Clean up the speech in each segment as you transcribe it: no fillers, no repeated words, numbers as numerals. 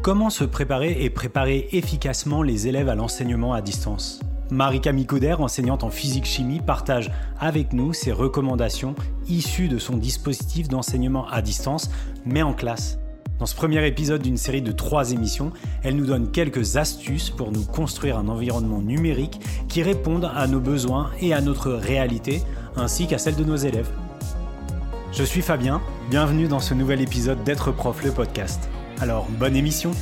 Comment se préparer et préparer efficacement les élèves à l'enseignement à distance ? Marie-Camille Couder, enseignante en physique-chimie, partage avec nous ses recommandations issues de son dispositif d'enseignement à distance, mais en classe. Dans ce premier épisode d'une série de 3 émissions, elle nous donne quelques astuces pour nous construire un environnement numérique qui réponde à nos besoins et à notre réalité, ainsi qu'à celle de nos élèves. Je suis Fabien, bienvenue dans ce nouvel épisode d'être prof, le podcast. Alors, bonne émission.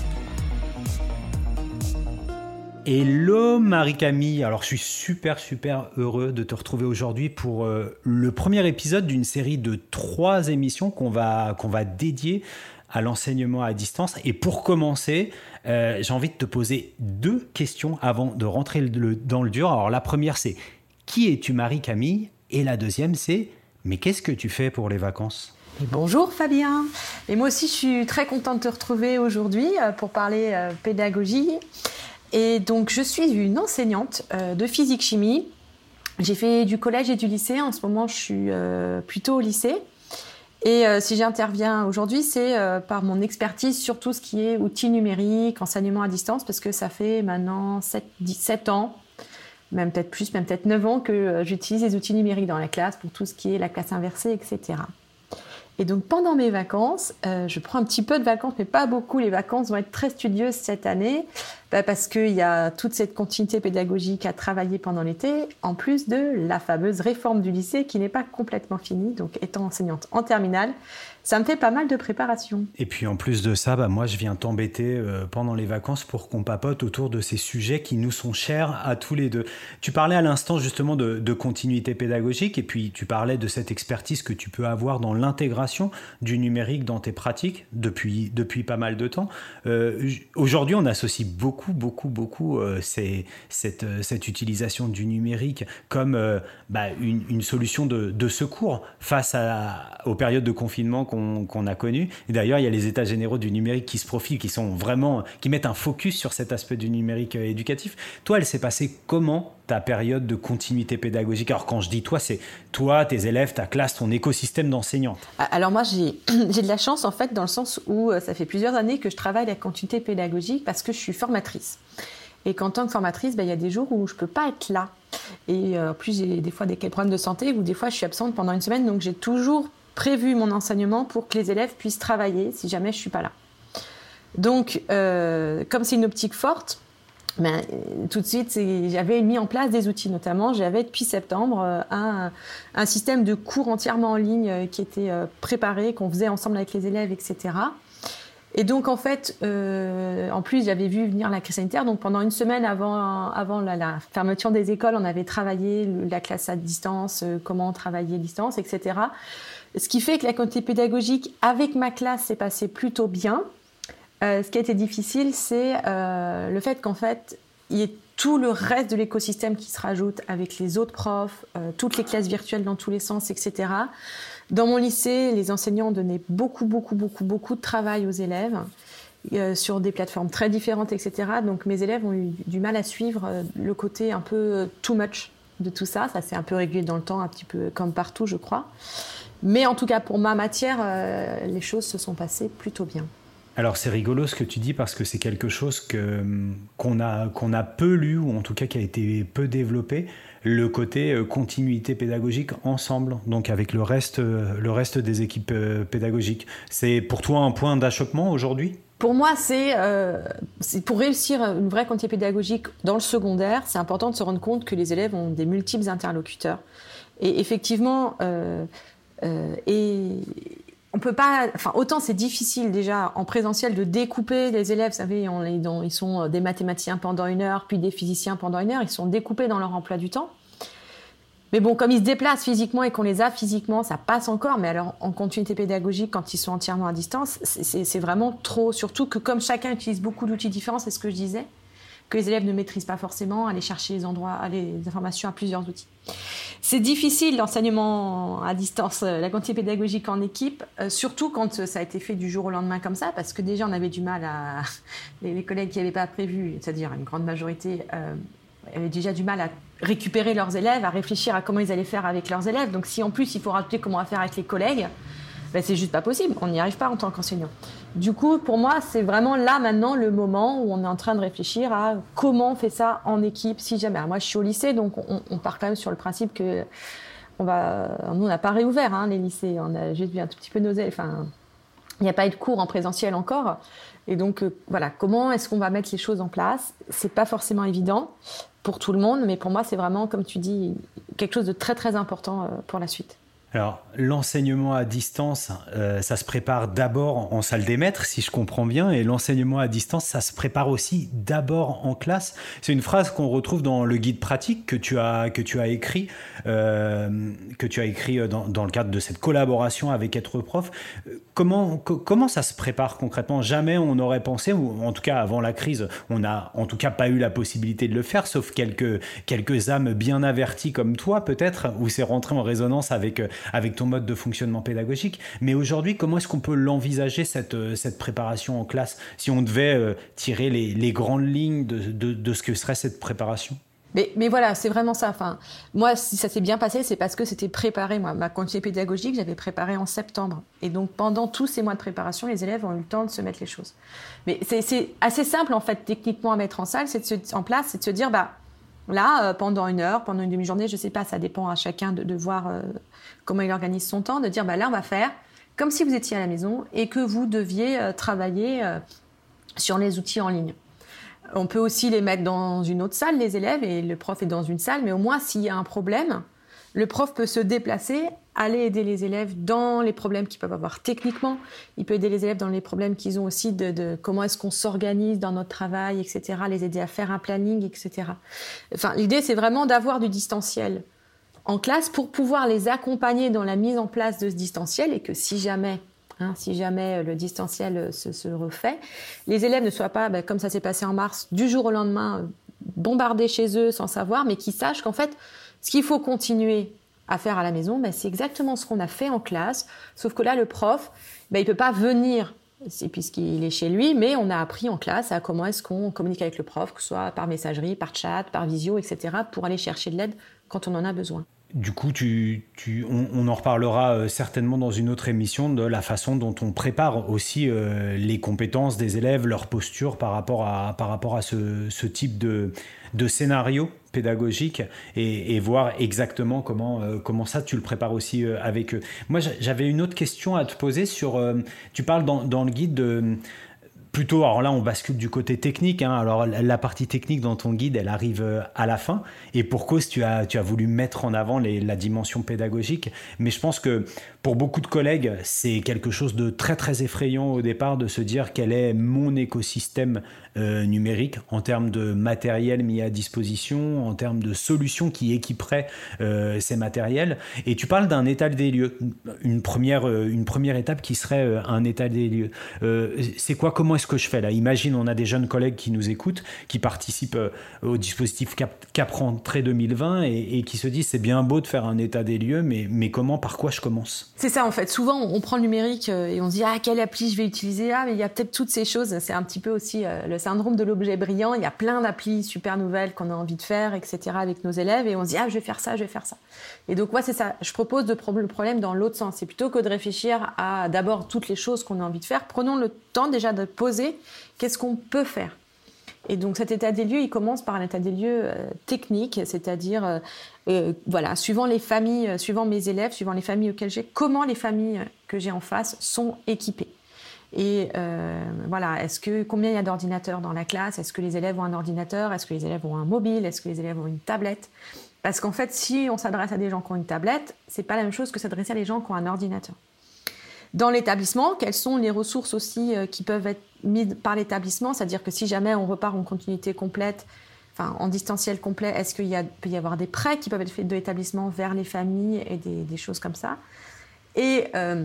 Hello Marie-Camille, alors je suis super heureux de te retrouver aujourd'hui pour le premier épisode d'une série de 3 émissions qu'on va dédier à l'enseignement à distance. Et pour commencer, j'ai envie de te poser 2 questions avant de rentrer dans le dur. Alors la première c'est, qui es-tu Marie-Camille ? Et la deuxième c'est, mais qu'est-ce que tu fais pour les vacances ? Et bonjour Fabien, et moi aussi je suis très contente de te retrouver aujourd'hui pour parler pédagogie. Et donc je suis une enseignante de physique-chimie. J'ai fait du collège et du lycée, en ce moment je suis plutôt au lycée. Et si j'interviens aujourd'hui, c'est par mon expertise sur tout ce qui est outils numériques, enseignement à distance, parce que ça fait maintenant 17 ans, même peut-être plus, même peut-être 9 ans que j'utilise les outils numériques dans la classe pour tout ce qui est la classe inversée, etc. Et donc pendant mes vacances, je prends un petit peu de vacances, mais pas beaucoup. Les vacances vont être très studieuses cette année, parce qu'il y a toute cette continuité pédagogique à travailler pendant l'été, en plus de la fameuse réforme du lycée qui n'est pas complètement finie. Donc étant enseignante en terminale, ça me fait pas mal de préparation. Et puis en plus de ça, moi je viens t'embêter pendant les vacances pour qu'on papote autour de ces sujets qui nous sont chers à tous les deux. Tu parlais à l'instant justement de continuité pédagogique et puis tu parlais de cette expertise que tu peux avoir dans l'intégration du numérique dans tes pratiques depuis pas mal de temps. Aujourd'hui, on associe beaucoup cette utilisation du numérique comme une solution de secours face aux périodes de confinement qu'on a connues. Et d'ailleurs, il y a les états généraux du numérique qui se profilent, qui mettent un focus sur cet aspect du numérique éducatif. Toi, elle s'est passée comment ta période de continuité pédagogique ? Alors quand je dis toi, c'est toi, tes élèves, ta classe, ton écosystème d'enseignants. Alors moi, j'ai de la chance en fait dans le sens où ça fait plusieurs années que je travaille la continuité pédagogique parce que je suis formatrice. Et qu'en tant que formatrice, il y a des jours où je peux pas être là. Et en plus, j'ai des fois des problèmes de santé ou des fois je suis absente pendant une semaine. Donc j'ai toujours prévu mon enseignement pour que les élèves puissent travailler si jamais je suis pas là. Donc comme c'est une optique forte, tout de suite, j'avais mis en place des outils, notamment, j'avais depuis septembre un système de cours entièrement en ligne qui était préparé, qu'on faisait ensemble avec les élèves, etc. Et donc, en fait, en plus, j'avais vu venir la crise sanitaire. Donc, pendant une semaine avant la fermeture des écoles, on avait travaillé la classe à distance, comment travailler à distance, etc. Ce qui fait que la continuité pédagogique avec ma classe s'est passée plutôt bien. Ce qui a été difficile, c'est le fait qu'en fait, il y ait tout le reste de l'écosystème qui se rajoute avec les autres profs, toutes les classes virtuelles dans tous les sens, etc. Dans mon lycée, les enseignants donnaient beaucoup de travail aux élèves sur des plateformes très différentes, etc. Donc mes élèves ont eu du mal à suivre le côté un peu too much de tout ça. Ça s'est un peu réglé dans le temps, un petit peu comme partout, je crois. Mais en tout cas, pour ma matière, les choses se sont passées plutôt bien. Alors c'est rigolo ce que tu dis parce que c'est quelque chose qu'on a peu lu ou en tout cas qui a été peu développé, le côté continuité pédagogique ensemble, donc avec le reste des équipes pédagogiques. C'est pour toi un point d'achoppement aujourd'hui ? Pour moi, c'est pour réussir une vraie continuité pédagogique dans le secondaire, c'est important de se rendre compte que les élèves ont des multiples interlocuteurs. Et effectivement, on peut pas, autant c'est difficile déjà en présentiel de découper les élèves, vous savez, ils sont des mathématiciens pendant 1 heure, puis des physiciens pendant 1 heure, ils sont découpés dans leur emploi du temps. Mais bon, comme ils se déplacent physiquement et qu'on les a physiquement, ça passe encore. Mais alors, en continuité pédagogique, quand ils sont entièrement à distance, c'est vraiment trop. Surtout que comme chacun utilise beaucoup d'outils différents, c'est ce que je disais, que les élèves ne maîtrisent pas forcément, aller chercher les informations à plusieurs outils. C'est difficile l'enseignement à distance, la continuité pédagogique en équipe, surtout quand ça a été fait du jour au lendemain comme ça, parce que déjà on avait du mal à... Les collègues qui n'avaient pas prévu, c'est-à-dire une grande majorité, avaient déjà du mal à récupérer leurs élèves, à réfléchir à comment ils allaient faire avec leurs élèves. Donc si en plus il faut rajouter comment on va faire avec les collègues, Ben, c'est juste pas possible, on n'y arrive pas en tant qu'enseignant. Du coup, pour moi, c'est vraiment là maintenant le moment où on est en train de réfléchir à comment on fait ça en équipe, si jamais. Alors moi, je suis au lycée, donc on part quand même sur le principe que nous, on n'a pas réouvert les lycées, on a juste vu un tout petit peu nos élèves. Enfin, il n'y a pas eu de cours en présentiel encore. Et donc, voilà, comment est-ce qu'on va mettre les choses en place ? C'est pas forcément évident pour tout le monde, mais pour moi, c'est vraiment, comme tu dis, quelque chose de très, très important pour la suite. Alors, l'enseignement à distance, ça se prépare d'abord en salle des maîtres, si je comprends bien, et l'enseignement à distance, ça se prépare aussi d'abord en classe. C'est une phrase qu'on retrouve dans le guide pratique que tu as écrit, dans le cadre de cette collaboration avec Être Prof. Comment ça se prépare concrètement ? Jamais on n'aurait pensé, ou en tout cas avant la crise, on n'a en tout cas pas eu la possibilité de le faire, sauf quelques âmes bien averties comme toi peut-être, où c'est rentré en résonance avec ton mode de fonctionnement pédagogique. Mais aujourd'hui, comment est-ce qu'on peut l'envisager, cette préparation en classe, si on devait tirer les grandes lignes de ce que serait cette préparation ? Mais voilà, c'est vraiment ça. Enfin, moi, si ça s'est bien passé, c'est parce que c'était préparé. Moi, ma continuité pédagogique, j'avais préparé en septembre. Et donc, pendant tous ces mois de préparation, les élèves ont eu le temps de se mettre les choses. Mais c'est assez simple, en fait, techniquement à mettre en place, c'est de se dire, là, pendant une heure, pendant une demi-journée, je ne sais pas, ça dépend à chacun de voir comment il organise son temps, de dire, là, on va faire comme si vous étiez à la maison et que vous deviez travailler sur les outils en ligne. On peut aussi les mettre dans une autre salle, les élèves, et le prof est dans une salle, mais au moins, s'il y a un problème, le prof peut se déplacer, aller aider les élèves dans les problèmes qu'ils peuvent avoir techniquement. Il peut aider les élèves dans les problèmes qu'ils ont aussi de comment est-ce qu'on s'organise dans notre travail, etc., les aider à faire un planning, etc. Enfin, l'idée, c'est vraiment d'avoir du distanciel en classe pour pouvoir les accompagner dans la mise en place de ce distanciel et que si jamais le distanciel se refait, les élèves ne soient pas, comme ça s'est passé en mars, du jour au lendemain, bombardés chez eux sans savoir, mais qu'ils sachent qu'en fait, ce qu'il faut continuer à faire à la maison, c'est exactement ce qu'on a fait en classe, sauf que là, le prof, il ne peut pas venir puisqu'il est chez lui, mais on a appris en classe à comment est-ce qu'on communique avec le prof, que ce soit par messagerie, par chat, par visio, etc., pour aller chercher de l'aide quand on en a besoin. Du coup, on en reparlera certainement dans une autre émission de la façon dont on prépare aussi les compétences des élèves, leur posture par rapport à ce type de scénario pédagogique et voir exactement comment ça tu le prépares aussi avec eux. Moi, j'avais une autre question à te poser sur. Tu parles dans le guide de. Plutôt, alors là, on bascule du côté technique. Alors, la partie technique dans ton guide, elle arrive à la fin. Et pour cause, tu as voulu mettre en avant la dimension pédagogique. Mais je pense que pour beaucoup de collègues, c'est quelque chose de très, très effrayant au départ de se dire quel est mon écosystème numérique en termes de matériel mis à disposition, en termes de solutions qui équiperaient ces matériels. Et tu parles d'un état des lieux, une première étape qui serait un état des lieux. C'est quoi, comment est-ce que je fais là ? Imagine, on a des jeunes collègues qui nous écoutent, qui participent au dispositif Cap Rentrée 2020 et qui se disent c'est bien beau de faire un état des lieux, mais comment, par quoi je commence ? C'est ça en fait. Souvent, on prend le numérique et on se dit quelle appli je vais utiliser ? Mais il y a peut-être toutes ces choses. C'est un petit peu aussi le syndrome de l'objet brillant. Il y a plein d'applis super nouvelles qu'on a envie de faire, etc. avec nos élèves et on se dit je vais faire ça. Et donc moi c'est ça. Je propose de prendre le problème dans l'autre sens. C'est plutôt que de réfléchir à d'abord toutes les choses qu'on a envie de faire. Prenons le temps déjà de poser qu'est-ce qu'on peut faire. Et donc cet état des lieux, il commence par un état des lieux technique, c'est-à-dire suivant les familles, suivant mes élèves, suivant les familles auxquelles j'ai, comment les familles que j'ai en face sont équipées. Et combien il y a d'ordinateurs dans la classe ? Est-ce que les élèves ont un ordinateur ? Est-ce que les élèves ont un mobile ? Est-ce que les élèves ont une tablette ? Parce qu'en fait, si on s'adresse à des gens qui ont une tablette, c'est pas la même chose que s'adresser à des gens qui ont un ordinateur. Dans l'établissement, quelles sont les ressources aussi qui peuvent être mises par l'établissement ? C'est-à-dire que si jamais on repart en continuité complète, en distanciel complet, est-ce qu'il peut y avoir des prêts qui peuvent être faits de l'établissement vers les familles et des choses comme ça ? Et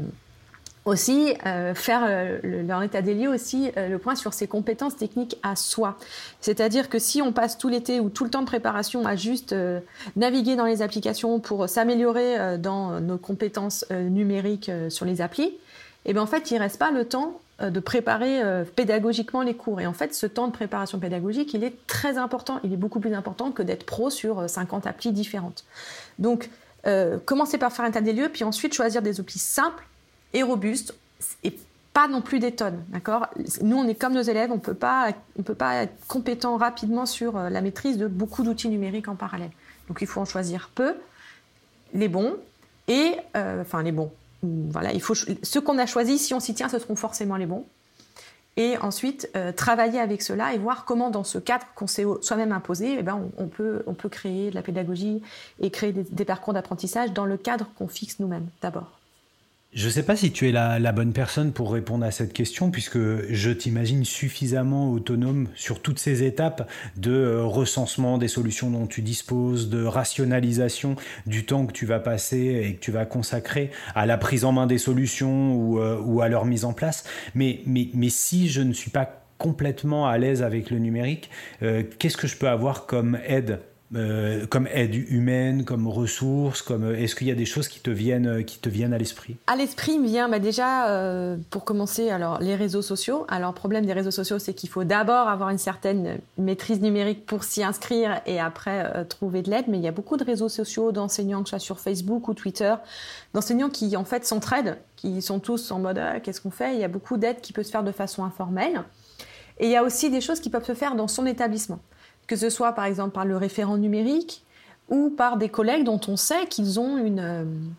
aussi, faire dans l'état des lieux aussi le point sur ses compétences techniques à soi. C'est-à-dire que si on passe tout l'été ou tout le temps de préparation à juste naviguer dans les applications pour s'améliorer dans nos compétences numériques sur les applis, en fait, il ne reste pas le temps de préparer pédagogiquement les cours. Et en fait, ce temps de préparation pédagogique, il est très important. Il est beaucoup plus important que d'être pro sur 50 applis différentes. Donc, commencer par faire un état des lieux, puis ensuite choisir des applis simples et robuste, et pas non plus des tonnes, d'accord ? Nous, on est comme nos élèves, on peut pas être compétent rapidement sur la maîtrise de beaucoup d'outils numériques en parallèle. Donc, il faut en choisir peu, les bons, et les bons. Voilà, ceux qu'on a choisis, si on s'y tient, ce seront forcément les bons. Et ensuite, travailler avec cela et voir comment, dans ce cadre qu'on s'est soi-même imposé, on peut créer de la pédagogie et créer des parcours d'apprentissage dans le cadre qu'on fixe nous-mêmes, d'abord. Je ne sais pas si tu es la bonne personne pour répondre à cette question, puisque je t'imagine suffisamment autonome sur toutes ces étapes de recensement des solutions dont tu disposes, de rationalisation du temps que tu vas passer et que tu vas consacrer à la prise en main des solutions ou à leur mise en place. Mais si je ne suis pas complètement à l'aise avec le numérique, qu'est-ce que je peux avoir comme aide humaine, comme ressources, est-ce qu'il y a des choses qui te viennent à l'esprit ? À l'esprit, il me vient déjà, pour commencer, alors, les réseaux sociaux. Alors, le problème des réseaux sociaux, c'est qu'il faut d'abord avoir une certaine maîtrise numérique pour s'y inscrire et après trouver de l'aide. Mais il y a beaucoup de réseaux sociaux d'enseignants, que ce soit sur Facebook ou Twitter, d'enseignants qui, en fait, s'entraident, qui sont tous en mode « qu'est-ce qu'on fait ?» Il y a beaucoup d'aide qui peut se faire de façon informelle. Et il y a aussi des choses qui peuvent se faire dans son établissement. Que ce soit par exemple par le référent numérique ou par des collègues dont on sait qu'ils ont une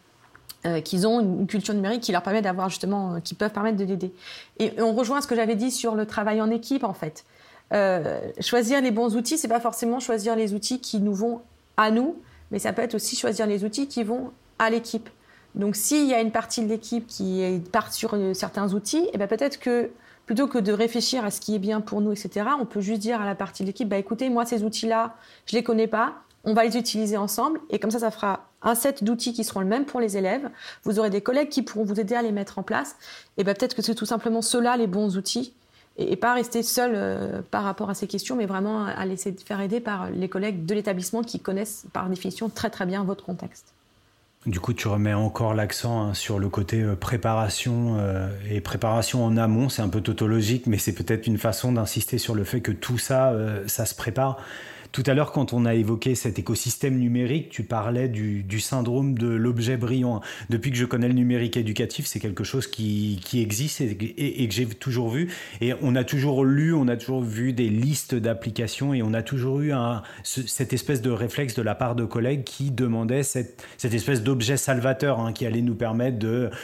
culture numérique qui leur permet d'avoir justement, qui peuvent permettre de l'aider. Et on rejoint ce que j'avais dit sur le travail en équipe en fait. Choisir les bons outils, c'est pas forcément choisir les outils qui nous vont à nous, mais ça peut être aussi choisir les outils qui vont à l'équipe. Donc s'il y a une partie de l'équipe qui part sur certains outils, et peut-être que plutôt que de réfléchir à ce qui est bien pour nous, etc., on peut juste dire à la partie de l'équipe, écoutez, moi, ces outils-là, je les connais pas, on va les utiliser ensemble, et comme ça fera un set d'outils qui seront le même pour les élèves. Vous aurez des collègues qui pourront vous aider à les mettre en place, et peut-être que c'est tout simplement ceux-là les bons outils, et pas rester seul par rapport à ces questions, mais vraiment à laisser faire aider par les collègues de l'établissement qui connaissent par définition très très bien votre contexte. Du coup, tu remets encore l'accent sur le côté préparation et préparation en amont. C'est un peu tautologique, mais c'est peut-être une façon d'insister sur le fait que tout ça, ça se prépare. Tout à l'heure, quand on a évoqué cet écosystème numérique, tu parlais du syndrome de l'objet brillant. Depuis que je connais le numérique éducatif, c'est quelque chose qui existe et que j'ai toujours vu. Et on a toujours lu, on a toujours vu des listes d'applications et on a toujours eu cette espèce de réflexe de la part de collègues qui demandaient cette espèce d'objet salvateur qui allait nous permettre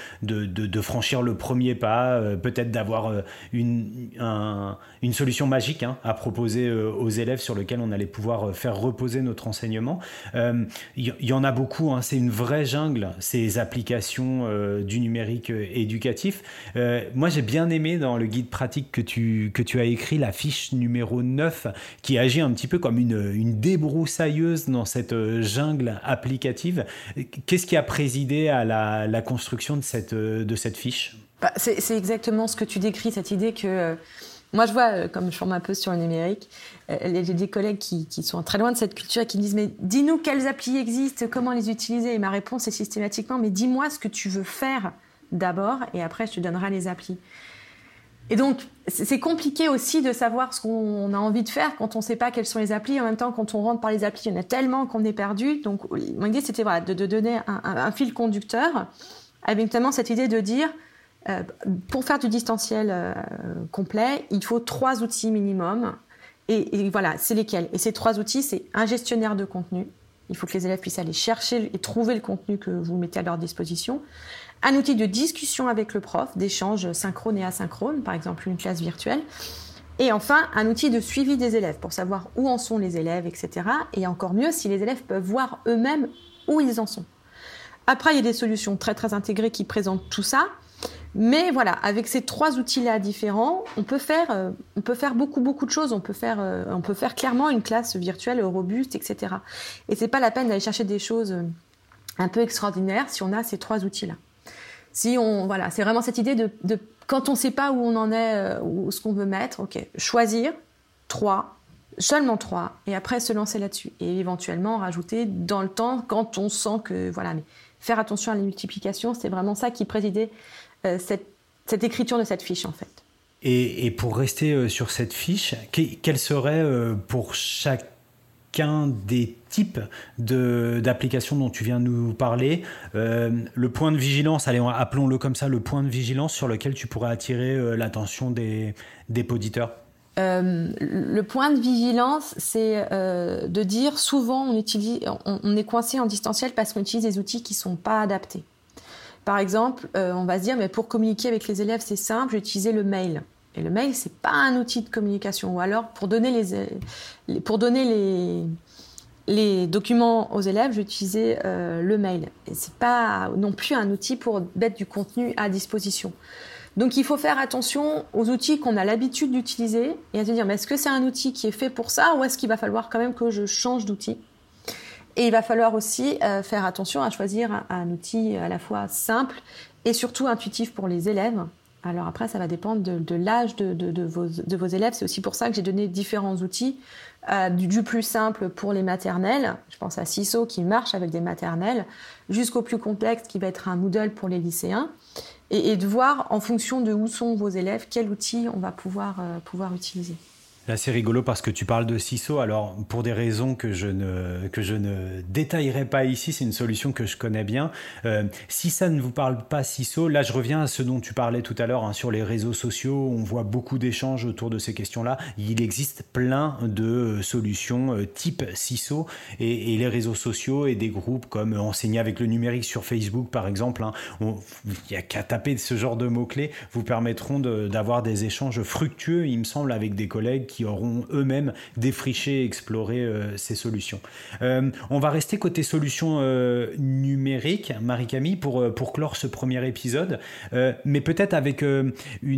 de franchir le premier pas, peut-être d'avoir une solution magique à proposer aux élèves sur lequel on allait pouvoir faire reposer notre enseignement. Y en a beaucoup, c'est une vraie jungle, ces applications du numérique éducatif. Moi, j'ai bien aimé dans le guide pratique que tu as écrit, la fiche numéro 9, qui agit un petit peu comme une débroussailleuse dans cette jungle applicative. Qu'est-ce qui a présidé à la construction de cette fiche ? C'est exactement ce que tu décris, cette idée que... Moi, je vois, comme je forme un peu sur le numérique, j'ai des collègues qui sont très loin de cette culture et qui me disent « Mais dis-nous quelles applis existent, comment les utiliser ?» Et ma réponse est systématiquement « Mais dis-moi ce que tu veux faire d'abord et après, je te donnerai les applis. » Et donc, c'est compliqué aussi de savoir ce qu'on a envie de faire quand on ne sait pas quelles sont les applis. En même temps, quand on rentre par les applis, il y en a tellement qu'on est perdu. Donc, mon idée, c'était de donner un fil conducteur avec notamment cette idée de dire... pour faire du distanciel complet, il faut 3 outils minimum. Et voilà, c'est lesquels ? Et ces 3 outils, c'est un gestionnaire de contenu. Il faut que les élèves puissent aller chercher et trouver le contenu que vous mettez à leur disposition. Un outil de discussion avec le prof, d'échange synchrone et asynchrone, par exemple une classe virtuelle. Et enfin, un outil de suivi des élèves pour savoir où en sont les élèves, etc. Et encore mieux, si les élèves peuvent voir eux-mêmes où ils en sont. Après, il y a des solutions très, très intégrées qui présentent tout ça. Mais voilà, avec ces 3 outils-là différents, on peut faire beaucoup, beaucoup de choses. On peut faire clairement une classe virtuelle robuste, etc. Et c'est pas la peine d'aller chercher des choses un peu extraordinaires si on a ces 3 outils-là. C'est vraiment cette idée de quand on ne sait pas où on en est, ou ce qu'on veut mettre, choisir 3, seulement 3, et après se lancer là-dessus. Et éventuellement rajouter dans le temps quand on sent que... Mais faire attention à la multiplication, c'est vraiment ça qui présidait cette écriture de cette fiche en fait. Et pour rester sur cette fiche, quelle serait pour chaque qu'un des types d'applications dont tu viens de nous parler. Le point de vigilance, allez, appelons-le comme ça, le point de vigilance sur lequel tu pourrais attirer l'attention des poditeurs. Le point de vigilance, c'est de dire souvent on est coincé en distanciel parce qu'on utilise des outils qui ne sont pas adaptés. Par exemple, on va se dire mais pour communiquer avec les élèves, c'est simple, j'utilisais le mail. Et le mail, c'est pas un outil de communication. Ou alors, pour donner les documents aux élèves, j'utilisais le mail. Et c'est pas non plus un outil pour mettre du contenu à disposition. Donc, il faut faire attention aux outils qu'on a l'habitude d'utiliser et à se dire, mais est-ce que c'est un outil qui est fait pour ça ou est-ce qu'il va falloir quand même que je change d'outil ? Et il va falloir aussi faire attention à choisir un outil à la fois simple et surtout intuitif pour les élèves. Alors après, ça va dépendre de l'âge de vos élèves. C'est aussi pour ça que j'ai donné différents outils, du plus simple pour les maternelles. Je pense à Sisso qui marche avec des maternelles, jusqu'au plus complexe qui va être un Moodle pour les lycéens. Et de voir en fonction de où sont vos élèves, quel outil on va pouvoir utiliser. Là, c'est rigolo parce que tu parles de Sisso. Alors, pour des raisons que je ne détaillerai pas ici, c'est une solution que je connais bien. Si ça ne vous parle pas, Sisso, là, je reviens à ce dont tu parlais tout à l'heure, sur les réseaux sociaux. On voit beaucoup d'échanges autour de ces questions-là. Il existe plein de solutions type Sisso et les réseaux sociaux et des groupes comme Enseigner avec le numérique sur Facebook, par exemple. Il n'y a qu'à taper ce genre de mots-clés, vous permettront d'avoir des échanges fructueux, il me semble, avec des collègues qui auront eux-mêmes défriché et exploré ces solutions. On va rester côté solutions numériques, Marie-Camille, pour clore ce premier épisode, mais peut-être avec on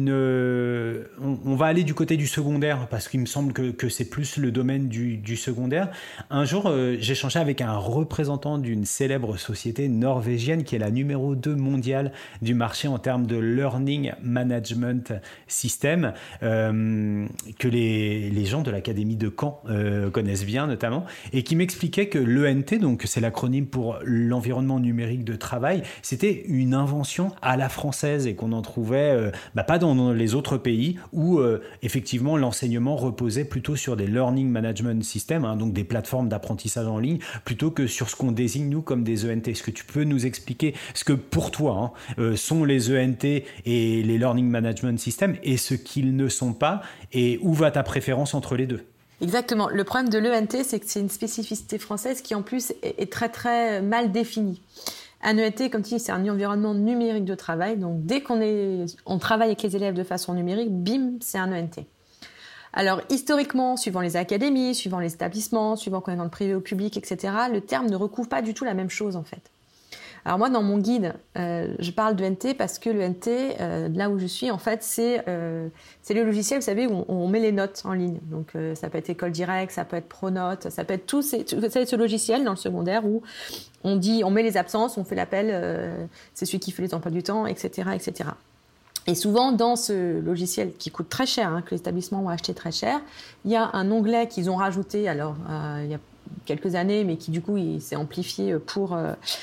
va aller du côté du secondaire, parce qu'il me semble que c'est plus le domaine du secondaire. Un jour, j'échangeais avec un représentant d'une célèbre société norvégienne qui est la numéro 2 mondiale du marché en termes de Learning Management System, que les gens de l'Académie de Caen connaissent bien notamment, et qui m'expliquait que l'ENT, donc c'est l'acronyme pour l'environnement numérique de travail, c'était une invention à la française et qu'on en trouvait pas dans les autres pays où effectivement l'enseignement reposait plutôt sur des Learning Management Systems, donc des plateformes d'apprentissage en ligne, plutôt que sur ce qu'on désigne nous comme des ENT. Est-ce que tu peux nous expliquer ce que pour toi sont les ENT et les Learning Management Systems et ce qu'ils ne sont pas, et où va ta préférence entre les deux? Exactement. Le problème de l'ENT, c'est que c'est une spécificité française qui en plus est très très mal définie. Un ENT, comme tu dis, c'est un environnement numérique de travail. Donc dès on travaille avec les élèves de façon numérique, bim, c'est un ENT. Alors historiquement, suivant les académies, suivant les établissements, suivant qu'on est dans le privé ou le public, etc., le terme ne recouvre pas du tout la même chose en fait. Alors moi, dans mon guide, je parle de NT parce que le NT, là où je suis, en fait, c'est le logiciel, vous savez, où on met les notes en ligne. Donc ça peut être École Directe, ça peut être Pronote, ça peut être vous savez, ce logiciel dans le secondaire où on met les absences, on fait l'appel, c'est celui qui fait les emplois du temps, etc., etc. Et souvent, dans ce logiciel qui coûte très cher, que les établissements ont acheté très cher, il y a un onglet qu'ils ont rajouté, alors il y a quelques années, mais qui du coup, il s'est amplifié pour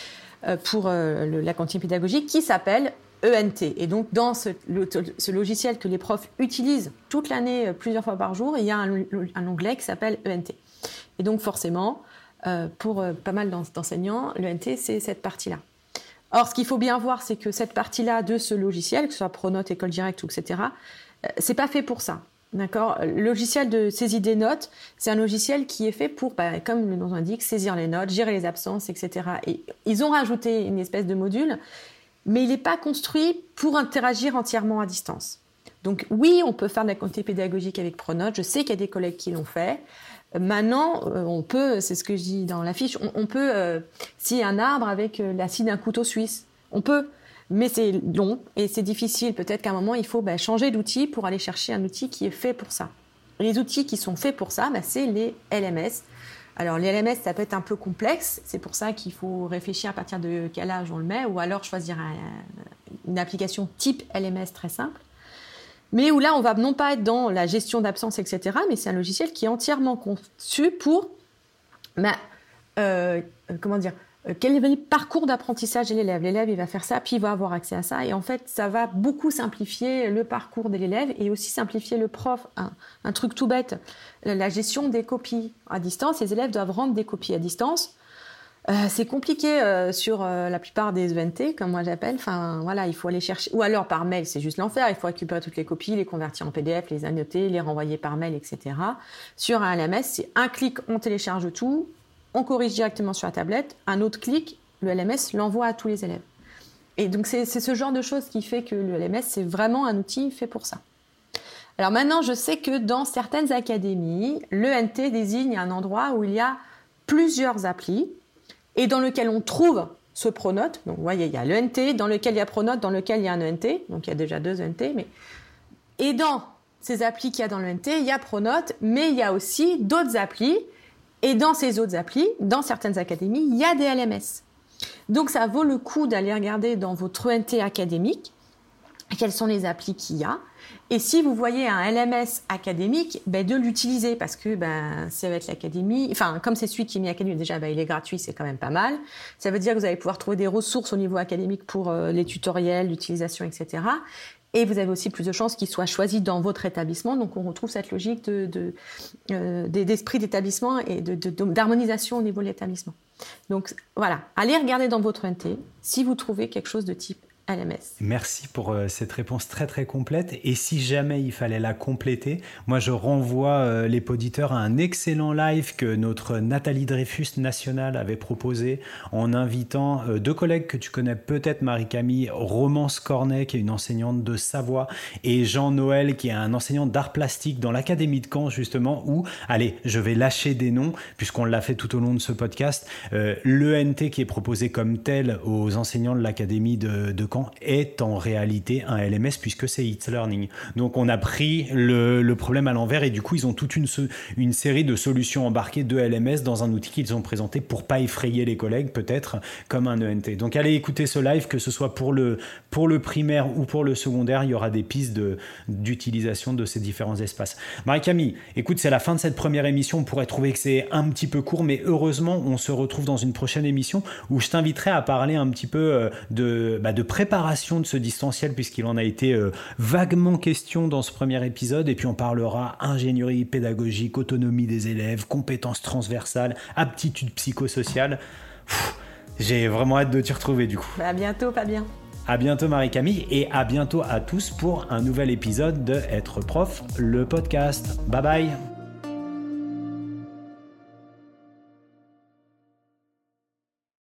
la cantine pédagogique, qui s'appelle ENT. Et donc, dans ce logiciel que les profs utilisent toute l'année, plusieurs fois par jour, il y a un onglet qui s'appelle ENT. Et donc, forcément, pour pas mal d'enseignants, l'ENT, c'est cette partie-là. Or, ce qu'il faut bien voir, c'est que cette partie-là de ce logiciel, que ce soit Pronote, École Directe, etc., c'est pas fait pour ça. D'accord. Le logiciel de saisie des notes, c'est un logiciel qui est fait pour, comme le nom l'indique, saisir les notes, gérer les absences, etc. Et ils ont rajouté une espèce de module, mais il n'est pas construit pour interagir entièrement à distance. Donc oui, on peut faire de la quantité pédagogique avec Pronote. Je sais qu'il y a des collègues qui l'ont fait. Maintenant, on peut, c'est ce que je dis dans la fiche, on peut scier un arbre avec la scie d'un couteau suisse. On peut. Mais c'est long et c'est difficile. Peut-être qu'à un moment, il faut changer d'outil pour aller chercher un outil qui est fait pour ça. Les outils qui sont faits pour ça, c'est les LMS. Alors, les LMS, ça peut être un peu complexe. C'est pour ça qu'il faut réfléchir à partir de quel âge on le met, ou alors choisir une application type LMS très simple. Mais où là, on va non pas être dans la gestion d'absence, etc., mais c'est un logiciel qui est entièrement conçu pour quel est le parcours d'apprentissage de l'élève. L'élève, il va faire ça, puis il va avoir accès à ça. Et en fait, ça va beaucoup simplifier le parcours de l'élève et aussi simplifier le prof. Un truc tout bête, la gestion des copies à distance. Les élèves doivent rendre des copies à distance. C'est compliqué sur la plupart des ENT, comme moi j'appelle. Enfin, voilà, il faut aller chercher. Ou alors par mail, c'est juste l'enfer. Il faut récupérer toutes les copies, les convertir en PDF, les annoter, les renvoyer par mail, etc. Sur un LMS, c'est un clic, on télécharge tout, on corrige directement sur la tablette. Un autre clic, le LMS l'envoie à tous les élèves. Et donc, c'est ce genre de choses qui fait que le LMS, c'est vraiment un outil fait pour ça. Alors maintenant, je sais que dans certaines académies, l'ENT désigne un endroit où il y a plusieurs applis et dans lequel on trouve ce Pronote. Donc, vous voyez, il y a l'ENT, dans lequel il y a Pronote, dans lequel il y a un ENT. Donc, il y a déjà 2 ENT. Et dans ces applis qu'il y a dans l'ENT, il y a Pronote, mais il y a aussi d'autres applis. Et dans ces autres applis, dans certaines académies, il y a des LMS. Donc, ça vaut le coup d'aller regarder dans votre ENT académique quelles sont les applis qu'il y a. Et si vous voyez un LMS académique, de l'utiliser parce que c'est avec l'académie. Enfin, comme c'est celui qui est mis académique, déjà, il est gratuit, c'est quand même pas mal. Ça veut dire que vous allez pouvoir trouver des ressources au niveau académique pour les tutoriels, l'utilisation, etc. Et vous avez aussi plus de chances qu'il soit choisi dans votre établissement. Donc, on retrouve cette logique d'esprit d'établissement et d'harmonisation au niveau de l'établissement. Donc, voilà. Allez regarder dans votre ENT si vous trouvez quelque chose de type LMS. Merci pour cette réponse très très complète. Et si jamais il fallait la compléter, moi je renvoie les auditeurs à un excellent live que notre Nathalie Dreyfus nationale avait proposé en invitant 2 collègues que tu connais peut-être, Marie-Camille, Romance Cornet qui est une enseignante de Savoie et Jean Noël qui est un enseignant d'art plastique dans l'Académie de Caen justement où, allez, je vais lâcher des noms puisqu'on l'a fait tout au long de ce podcast, l'ENT qui est proposé comme tel aux enseignants de l'Académie de Caen est en réalité un LMS puisque c'est It's Learning. Donc on a pris le problème à l'envers et du coup ils ont toute une série de solutions embarquées de LMS dans un outil qu'ils ont présenté pour pas effrayer les collègues peut-être comme un ENT. Donc allez écouter ce live, que ce soit pour le primaire ou pour le secondaire, il y aura des pistes d'utilisation de ces différents espaces. Marie-Camille, écoute, c'est la fin de cette première émission. On pourrait trouver que c'est un petit peu court, mais heureusement on se retrouve dans une prochaine émission où je t'inviterai à parler un petit peu de préparation de ce distanciel puisqu'il en a été vaguement question dans ce premier épisode et puis on parlera ingénierie pédagogique, autonomie des élèves, compétences transversales, aptitudes psychosociales. J'ai vraiment hâte de t'y retrouver du coup. À bientôt, Fabien. À bientôt Marie-Camille et à bientôt à tous pour un nouvel épisode de Être Prof, le podcast. Bye bye.